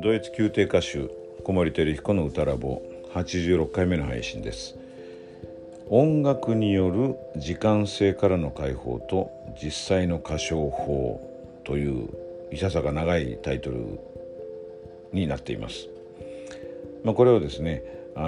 ドイツ宮廷歌手小森照彦の歌ラボ86回目の配信です。音楽による時間性からの解放と実際の歌唱法といういささか長いタイトルになっています。これをですね、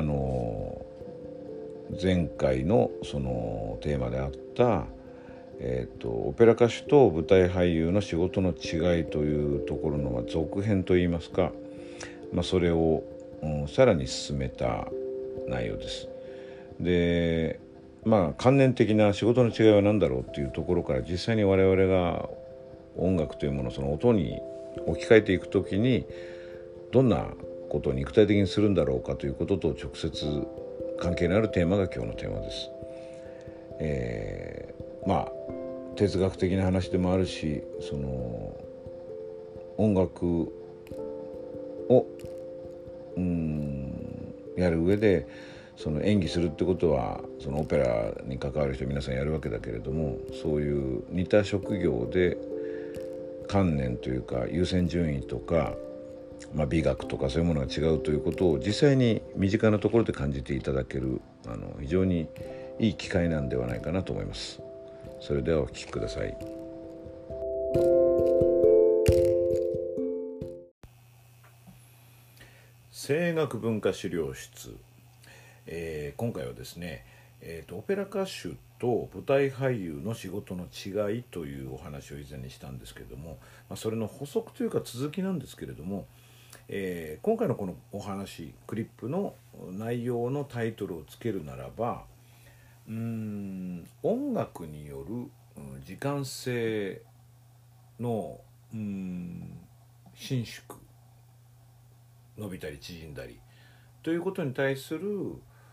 前回のそのテーマであったオペラ歌手と舞台俳優の仕事の違いというところの続編といいますか、それを、さらに進めた内容です。で、観念的な仕事の違いは何だろうっていうところから実際に我々が音楽というものをその音に置き換えていくときにどんなことを肉体的にするんだろうかということと直接関係のあるテーマが今日のテーマです。哲学的な話でもあるし、その音楽をやる上でその演技するってことはそのオペラに関わる人皆さんやるわけだけれども、そういう似た職業で観念というか優先順位とか、美学とかそういうものが違うということを実際に身近なところで感じていただける非常にいい機会なんではないかなと思います。それではお聞きください。声楽文化資料室、今回はですね、オペラ歌手と舞台俳優の仕事の違いというお話を以前にしたんですけれども、それの補足というか続きなんですけれども、今回のこのお話クリップの内容のタイトルをつけるならば、音楽による時間性の伸縮、伸びたり縮んだりということに対する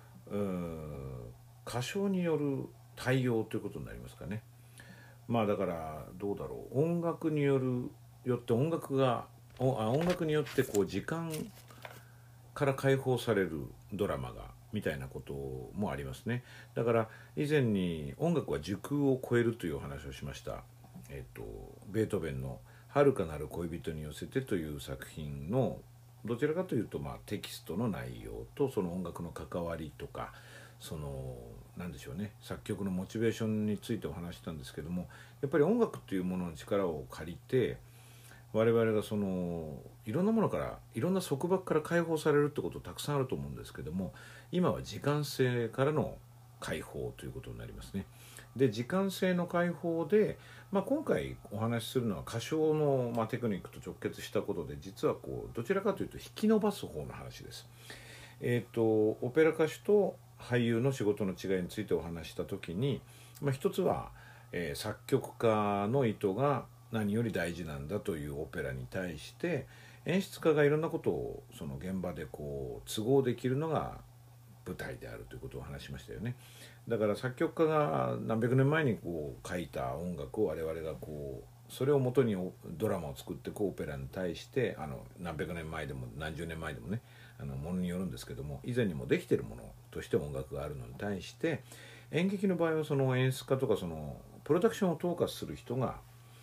歌唱による対応ということになりますかね。だからどうだろう、音楽によって音楽によってこう時間から解放されるドラマがみたいなこともありますね。だから以前に音楽は時空を超えるというお話をしました。ベートーベンの遥かなる恋人に寄せてという作品のどちらかというとテキストの内容とその音楽の関わりとか、その何でしょうね、作曲のモチベーションについてお話したんですけども、やっぱり音楽というものの力を借りて我々がそのいろんなものからいろんな束縛から解放されるってことたくさんあると思うんですけども、今は時間性からの解放ということになりますね。で、時間性の解放で、今回お話しするのは歌唱の、テクニックと直結したことで、実はこうどちらかというと引き伸ばす方の話です。オペラ歌手と俳優の仕事の違いについてお話した時に、一つは、作曲家の意図が何より大事なんだというオペラに対して演出家がいろんなことをその現場でこう都合できるのが舞台であるということを話しましたよね。だから作曲家が何百年前にこう書いた音楽を我々がこうそれをもとにドラマを作ってこうオペラに対して何百年前でも何十年前でもね、ものによるんですけども、以前にもできているものとして音楽があるのに対して演劇の場合はその演出家とかそのプロダクションを統括する人が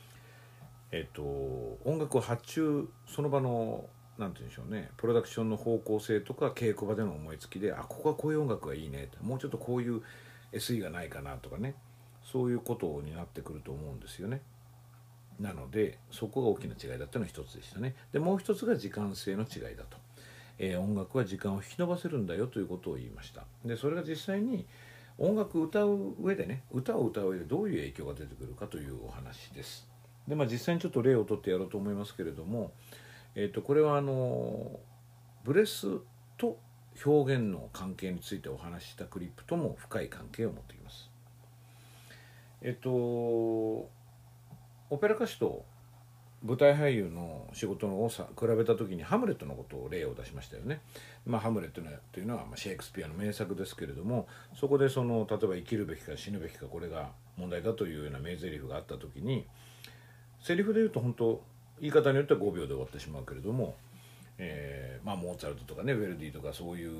音楽を発注その場のなんて言うんでしょうね、プロダクションの方向性とか稽古場での思いつきで、ここはこういう音楽がいいね、もうちょっとこういう SE がないかなとかね、そういうことになってくると思うんですよね。なのでそこが大きな違いだったのが一つでしたね。でもう一つが時間性の違いだと、音楽は時間を引き延ばせるんだよということを言いました。でそれが実際に音楽を歌う上でね、歌を歌う上でどういう影響が出てくるかというお話です。で実際にちょっと例をとってやろうと思いますけれども、これはブレスと表現の関係についてお話ししたクリップとも深い関係を持ってきます。オペラ歌手と舞台俳優の仕事の多さ比べた時にハムレットのことを例を出しましたよね。ハムレットというのはシェイクスピアの名作ですけれども、そこでその例えば生きるべきか死ぬべきかこれが問題だというような名台詞があった時に、セリフで言うと本当言い方によっては5秒で終わってしまうけれども、モーツァルトとかね、ヴェルディとかそういう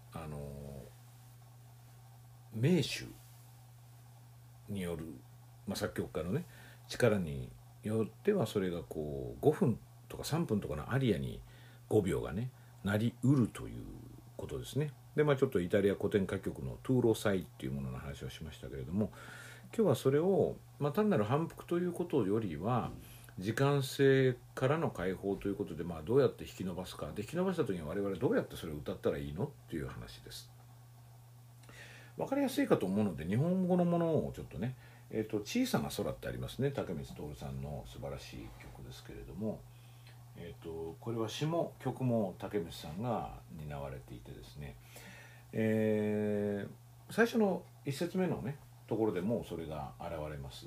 名手による、作曲家のね力によってはそれがこう5分とか3分とかのアリアに 5秒がねなりうるということですね。でちょっとイタリア古典歌曲のトゥーロサイっていうものの話をしましたけれども、今日はそれを、単なる反復ということよりは時間性からの解放ということで、どうやって引き伸ばすかで、引き伸ばした時に我々どうやってそれを歌ったらいいのっていう話です。分かりやすいかと思うので日本語のものをちょっとね、小さな空ってありますね、竹光徹さんの素晴らしい曲ですけれども、これは詞も曲も竹光さんが担われていてですね、最初の一節目のねところでもうそれが現れます。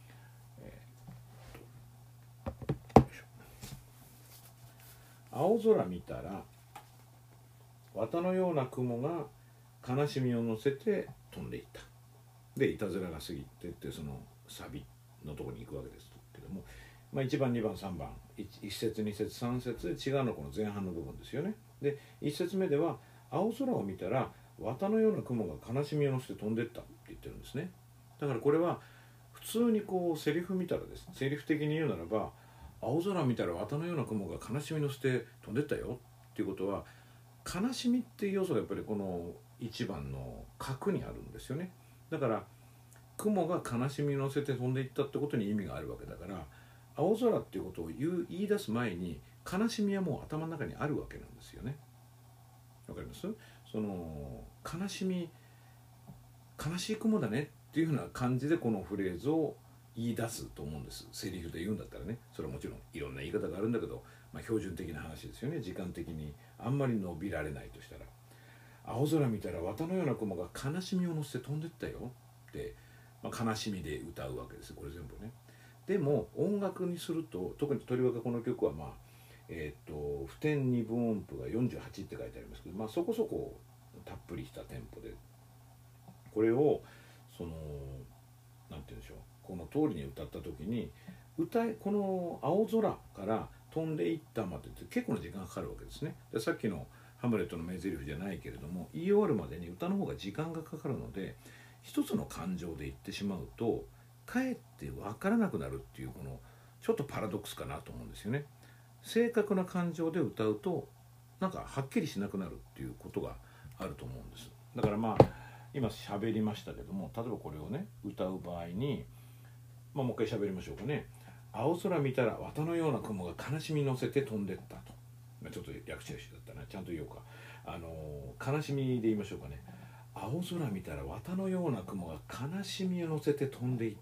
青空見たら綿のような雲が悲しみを乗せて飛んでいった。でいたずらが過ぎてってそのサビのところに行くわけですけども、1番2番3番 1節2節3節で違うのこの前半の部分ですよね。で1節目では青空を見たら綿のような雲が悲しみを乗せて飛んでいったって言ってるんですね。だからこれは普通にこうセリフ見たらです、セリフ的に言うならば青空見たら綿のような雲が悲しみ乗せて飛んでったよっていうことは、悲しみっていう要素がやっぱりこの1番の核にあるんですよね。だから雲が悲しみに乗せて飛んでいったってことに意味があるわけだから、青空っていうことを言い出す前に悲しみはもう頭の中にあるわけなんですよね。わかります？その悲しみ、悲しい雲だねっていうふうな感じでこのフレーズを言い出すと思うんです。セリフで言うんだったらね。それはもちろんいろんな言い方があるんだけど、標準的な話ですよね。時間的にあんまり伸びられないとしたら、青空見たら綿のような雲が悲しみを乗せて飛んでったよって、悲しみで歌うわけです。これ全部ね。でも音楽にすると、特にとりわけこの曲は普天二分音符が48って書いてありますけど、そこそこたっぷりしたテンポでこれをなんて言うんでしょう、この通りに歌った時にこの青空から飛んでいったまでって結構な時間がかかるわけですね。でさっきのハムレットの名台詞じゃないけれども、言い終わるまでに歌の方が時間がかかるので、一つの感情で言ってしまうとかえって分からなくなるっていう、このちょっとパラドックスかなと思うんですよね。正確な感情で歌うとなんかはっきりしなくなるっていうことがあると思うんです。だから今喋りましたけども、例えばこれをね歌う場合に、もう一回喋りましょうかね。青空見たら綿のような雲が悲しみに乗せて飛んでったと、ちょっと訳しだったな、ちゃんと言おうか。悲しみで言いましょうかね。青空見たら綿のような雲が悲しみを乗せて飛んでいった。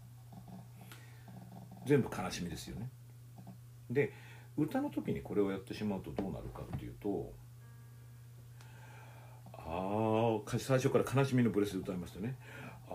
全部悲しみですよね。で歌の時にこれをやってしまうとどうなるかっていうと、最初から悲しみのブレスで歌いましたね。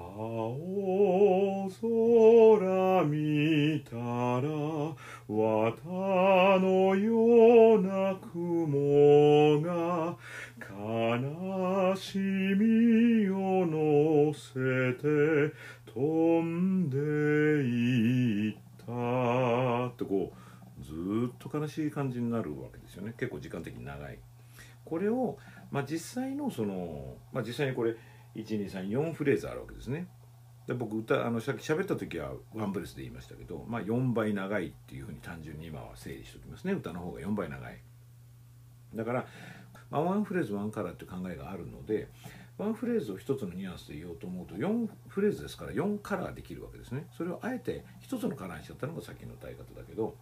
青空見たら綿のような雲が悲しみを乗せて飛んでいったってこうずっと悲しい感じになるわけですよね。結構時間的に長い。これを、実際の実際にこれ1234フレーズあるわけですね。で僕さっき喋った時はワンブレスで言いましたけど、4倍長いっていうふうに単純に今は整理しておきますね。歌の方が4倍長い。だから、ワンフレーズワンカラーっていう考えがあるので、ワンフレーズを一つのニュアンスで言おうと思うと4フレーズですから4カラーできるわけですね。それをあえて一つのカラーにしちゃったのがさっきの歌い方だけど、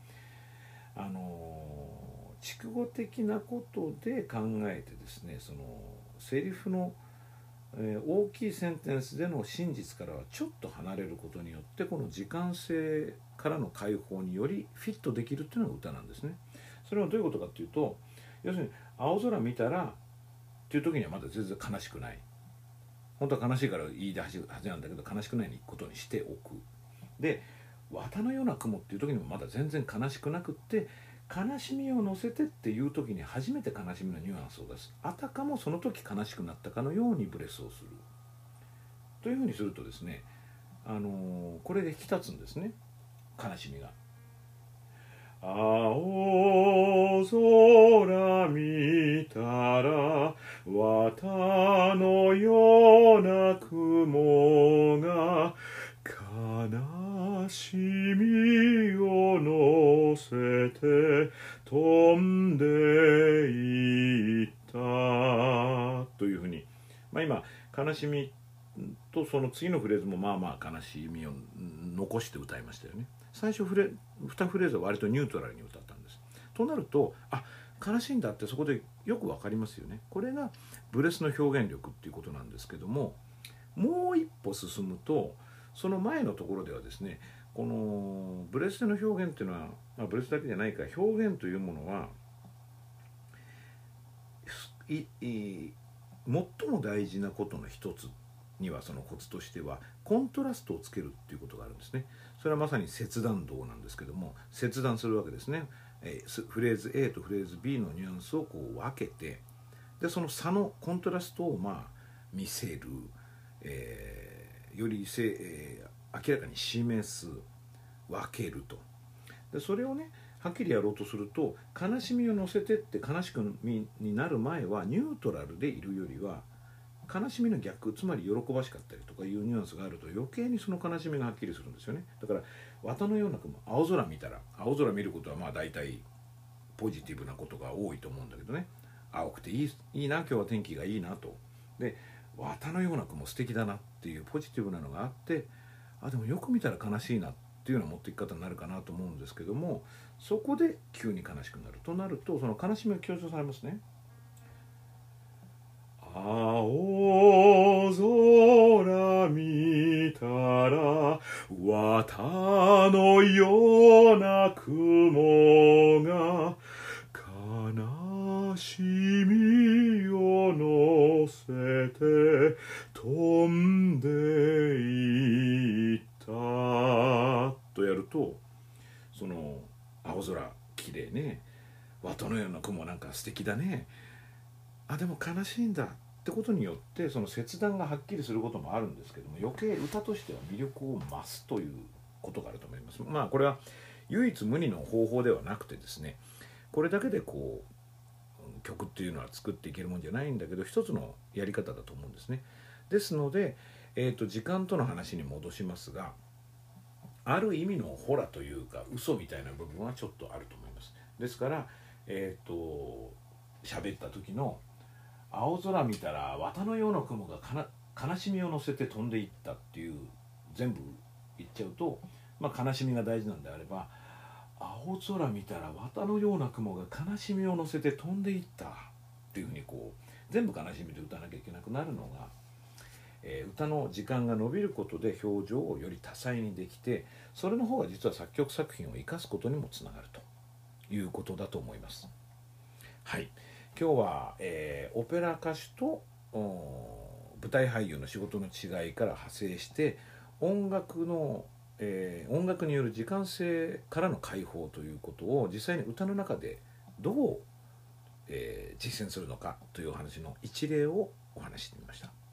筑語的なことで考えてですね、そのセリフの、大きいセンテンスでの真実からはちょっと離れることによって、この時間性からの解放によりフィットできるっていうのが歌なんですね。それはどういうことかっていうと、要するに青空見たらっていう時にはまだ全然悲しくない。本当は悲しいから言い出すはずなんだけど悲しくないことにしておく。で綿のような雲っていう時にもまだ全然悲しくなくって、悲しみを乗せてっていう時に初めて悲しみのニュアンスを出す。あたかもその時悲しくなったかのようにブレスをするというふうにするとですね、これで引き立つんですね、悲しみが。青空見たら綿のような雲が悲しみを乗せて飛んで悲しみとその次のフレーズもまあまあ悲しみを残して歌いましたよね。最初2フレーズは割とニュートラルに歌ったんです。となると悲しいんだってそこでよくわかりますよね。これがブレスの表現力っていうことなんですけども、もう一歩進むとその前のところではですね、このブレスの表現っていうのは、ブレスだけじゃないか、表現というものは最も大事なことの一つには、そのコツとしてはコントラストをつけるっていうことがあるんですね。それはまさに切断道なんですけども、切断するわけですね。フレーズ A とフレーズ B のニュアンスをこう分けて、でその差のコントラストを見せる、より明らかに示す、分けると。でそれをねはっきりやろうとすると、悲しみを乗せてって悲しくになる前はニュートラルでいるよりは、悲しみの逆、つまり喜ばしかったりとかいうニュアンスがあると余計にその悲しみがはっきりするんですよね。だから綿のような雲、青空見たら、青空見ることは大体ポジティブなことが多いと思うんだけどね、青くていいな、今日は天気がいいなと。で綿のような雲素敵だなっていうポジティブなのがあって、でもよく見たら悲しいなっていうような持っていき方になるかなと思うんですけども、そこで急に悲しくなるとなると、その悲しみが強調されますね。青空見たら綿のような雲が悲しみを乗せて飛んでいったとやると、その青空綺麗ね、綿のような雲なんか素敵だね、でも悲しいんだってことによってその切断がはっきりすることもあるんですけども、余計歌としては魅力を増すということがあると思います。これは唯一無二の方法ではなくてですね、これだけでこう曲っていうのは作っていけるもんじゃないんだけど、一つのやり方だと思うんですね。ですので、時間との話に戻しますが、ある意味のホラというか嘘みたいな部分はちょっとあると思います。ですから喋った時の青空見たら綿のような雲が悲しみを乗せて飛んでいったっていう全部言っちゃうと、悲しみが大事なんであれば、青空見たら綿のような雲が悲しみを乗せて飛んでいったっていうふうにこう全部悲しみで歌わなきゃいけなくなるのが、歌の時間が伸びることで表情をより多彩にできて、それの方が実は作曲作品を生かすことにもつながるということだと思います。はい、今日は、オペラ歌手と舞台俳優の仕事の違いから派生して、音楽による時間性からの解放ということを実際に歌の中でどう、実践するのかというお話の一例をお話ししてみました。